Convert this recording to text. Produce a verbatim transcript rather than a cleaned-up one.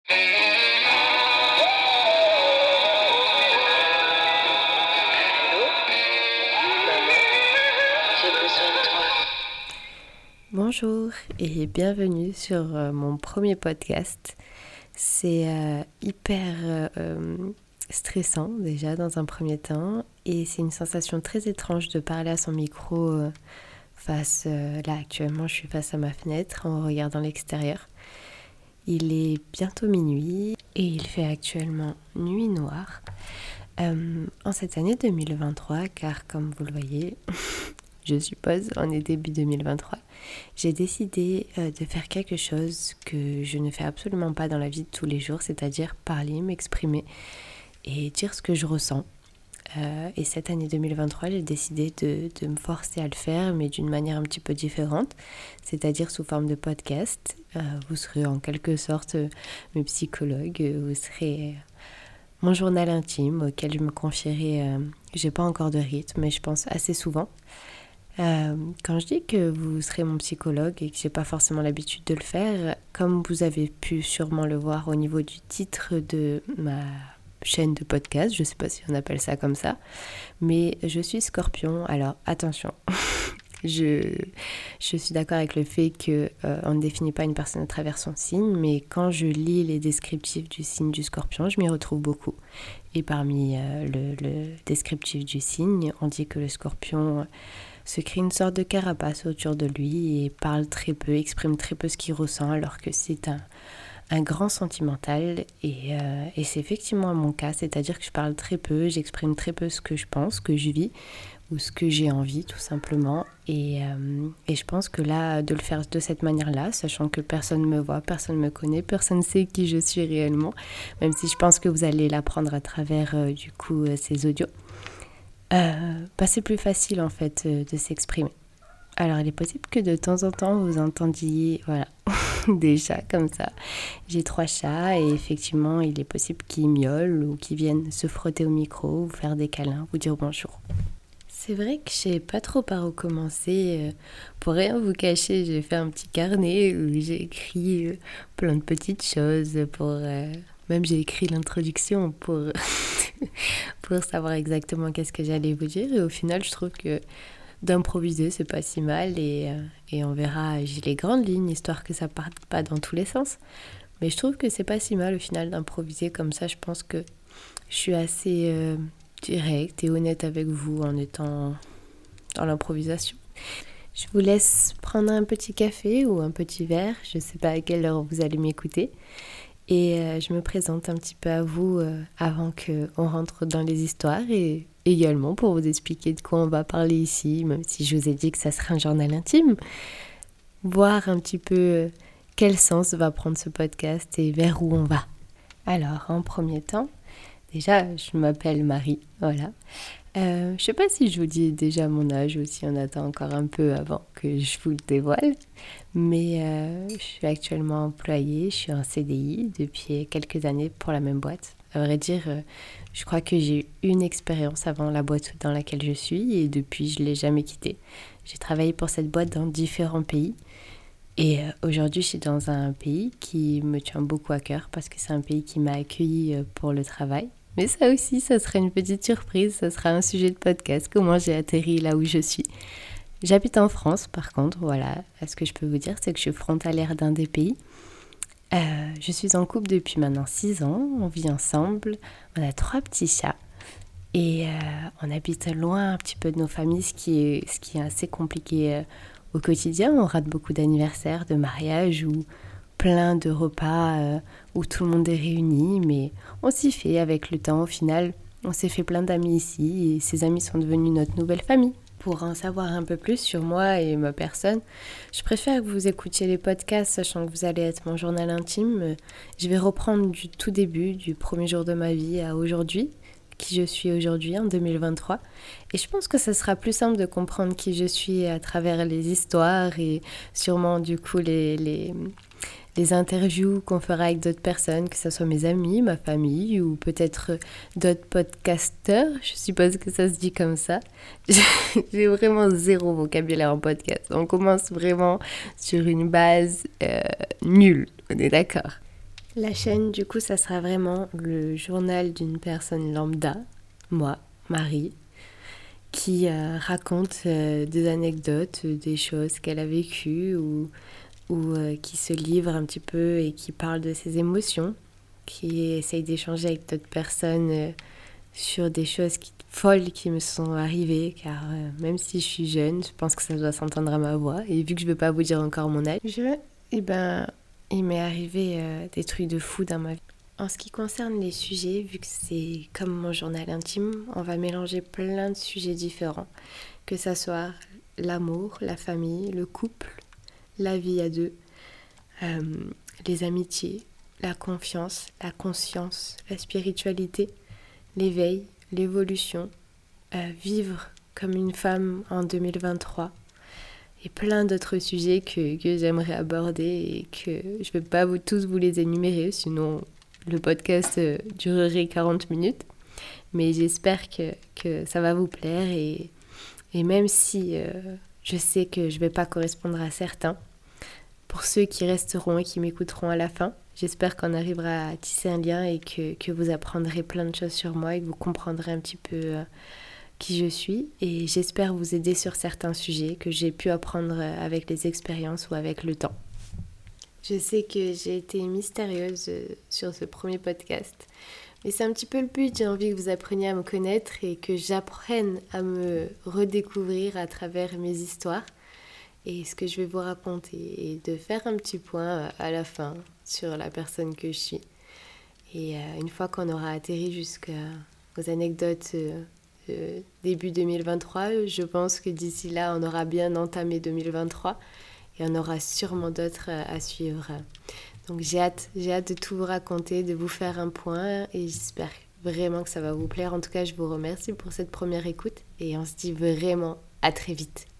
Bonjour et bienvenue sur euh, mon premier podcast. C'est euh, hyper euh, stressant déjà dans un premier temps et c'est une sensation très étrange de parler à son micro euh, face, euh, là actuellement je suis face à ma fenêtre en regardant l'extérieur. Il est bientôt minuit et il fait actuellement nuit noire euh, en cette année deux mille vingt-trois car comme vous le voyez, je suppose on est début deux mille vingt-trois. J'ai décidé euh, de faire quelque chose que je ne fais absolument pas dans la vie de tous les jours, c'est-à-dire parler, m'exprimer et dire ce que je ressens. Euh, et cette année deux mille vingt-trois, j'ai décidé de, de me forcer à le faire, mais d'une manière un petit peu différente, c'est-à-dire sous forme de podcast. Euh, vous serez en quelque sorte euh, mes psychologues, vous serez euh, mon journal intime auquel je me confierai, euh, j'ai pas encore de rythme, mais je pense assez souvent. Euh, quand je dis que vous serez mon psychologue et que j'ai pas forcément l'habitude de le faire, comme vous avez pu sûrement le voir au niveau du titre de ma chaîne de podcast, je sais pas si on appelle ça comme ça, mais je suis Scorpion, alors attention, je, je suis d'accord avec le fait qu'on euh, ne définit pas une personne à travers son signe, mais quand je lis les descriptifs du signe du Scorpion, je m'y retrouve beaucoup. Et parmi euh, le, le descriptif du signe, on dit que le Scorpion euh, se crée une sorte de carapace autour de lui et parle très peu, exprime très peu ce qu'il ressent alors que c'est un, un grand sentimental et, euh, et c'est effectivement mon cas, c'est-à-dire que je parle très peu, j'exprime très peu ce que je pense, ce que je vis ou ce que j'ai envie tout simplement et, euh, et je pense que là, de le faire de cette manière-là, sachant que personne ne me voit, personne ne me connaît, personne ne sait qui je suis réellement, même si je pense que vous allez l'apprendre à travers euh, du coup euh, ces audios. Euh, bah c'est plus facile en fait euh, de s'exprimer. Alors il est possible que de temps en temps vous entendiez voilà, des chats comme ça. J'ai trois chats et effectivement il est possible qu'ils miaulent ou qu'ils viennent se frotter au micro, vous faire des câlins, vous dire bonjour. C'est vrai que je sais pas trop par où commencer. Pour rien vous cacher, j'ai fait un petit carnet où j'ai écrit plein de petites choses pour... Euh... Même j'ai écrit l'introduction pour, pour savoir exactement qu'est-ce que j'allais vous dire. Et au final, je trouve que d'improviser, c'est pas si mal. Et, et on verra, j'ai les grandes lignes, histoire que ça parte pas dans tous les sens. Mais je trouve que c'est pas si mal au final d'improviser comme ça. Je pense que je suis assez euh, directe et honnête avec vous en étant dans l'improvisation. Je vous laisse prendre un petit café ou un petit verre. Je sais pas à quelle heure vous allez m'écouter. Et euh, je me présente un petit peu à vous euh, avant qu'on rentre dans les histoires et également pour vous expliquer de quoi on va parler ici, même si je vous ai dit que ça serait un journal intime. Voir un petit peu euh, quel sens va prendre ce podcast et vers où on va. Alors, en premier temps, déjà, je m'appelle Marie, voilà. Euh, je sais pas si je vous dis déjà mon âge ou si on attend encore un peu avant que je vous le dévoile, mais euh, je suis actuellement employée, je suis en C D I depuis quelques années pour la même boîte. À vrai dire, euh, je crois que j'ai eu une expérience avant la boîte dans laquelle je suis et depuis je ne l'ai jamais quittée. J'ai travaillé pour cette boîte dans différents pays et euh, aujourd'hui je suis dans un pays qui me tient beaucoup à cœur parce que c'est un pays qui m'a accueillie pour le travail. Mais ça aussi, ça sera une petite surprise, ça sera un sujet de podcast, comment j'ai atterri là où je suis. J'habite en France, par contre, voilà, ce que je peux vous dire, c'est que je suis frontalière d'un des pays. Euh, je suis en couple depuis maintenant six ans, on vit ensemble, on a trois petits chats et euh, on habite loin un petit peu de nos familles, ce qui est, ce qui est assez compliqué euh, au quotidien. On rate beaucoup d'anniversaires, de mariages ou plein de repas euh, où tout le monde est réuni, mais on s'y fait avec le temps. Au final, on s'est fait plein d'amis ici et ces amis sont devenus notre nouvelle famille. Pour en savoir un peu plus sur moi et ma personne, je préfère que vous écoutiez les podcasts, sachant que vous allez être mon journal intime. Je vais reprendre du tout début, du premier jour de ma vie à aujourd'hui, qui je suis aujourd'hui en deux mille vingt-trois. Et je pense que ça sera plus simple de comprendre qui je suis à travers les histoires et sûrement du coup les... les les interviews qu'on fera avec d'autres personnes, que ce soit mes amis, ma famille ou peut-être d'autres podcasteurs. Je suppose que ça se dit comme ça. J'ai vraiment zéro vocabulaire en podcast. On commence vraiment sur une base euh, nulle, on est d'accord. La chaîne, du coup, ça sera vraiment le journal d'une personne lambda, moi, Marie, qui euh, raconte euh, des anecdotes, des choses qu'elle a vécues ou, ou euh, qui se livre un petit peu et qui parle de ses émotions, qui essaye d'échanger avec d'autres personnes euh, sur des choses qui, folles qui me sont arrivées, car euh, même si je suis jeune, je pense que ça doit s'entendre à ma voix. Et vu que je ne veux pas vous dire encore mon âge, je, eh ben, il m'est arrivé euh, des trucs de fou dans ma vie. En ce qui concerne les sujets, vu que c'est comme mon journal intime, on va mélanger plein de sujets différents, que ça soit l'amour, la famille, le couple, la vie à deux, euh, les amitiés, la confiance, la conscience, la spiritualité, l'éveil, l'évolution, euh, vivre comme une femme en deux mille vingt-trois et plein d'autres sujets que, que j'aimerais aborder et que je ne vais pas vous, tous vous les énumérer, sinon le podcast euh, durerait quarante minutes. Mais j'espère que, que ça va vous plaire et, et même si euh, je sais que je ne vais pas correspondre à certains, pour ceux qui resteront et qui m'écouteront à la fin, j'espère qu'on arrivera à tisser un lien et que, que vous apprendrez plein de choses sur moi et que vous comprendrez un petit peu euh, qui je suis. Et j'espère vous aider sur certains sujets que j'ai pu apprendre avec les expériences ou avec le temps. Je sais que j'ai été mystérieuse sur ce premier podcast, mais c'est un petit peu le but. J'ai envie que vous appreniez à me connaître et que j'apprenne à me redécouvrir à travers mes histoires et ce que je vais vous raconter et de faire un petit point à la fin sur la personne que je suis. Et une fois qu'on aura atterri jusqu'aux anecdotes euh, début deux mille vingt-trois, je pense que d'ici là, on aura bien entamé deux mille vingt-trois et on aura sûrement d'autres à suivre. Donc j'ai hâte, j'ai hâte de tout vous raconter, de vous faire un point et j'espère vraiment que ça va vous plaire. En tout cas, je vous remercie pour cette première écoute et on se dit vraiment à très vite.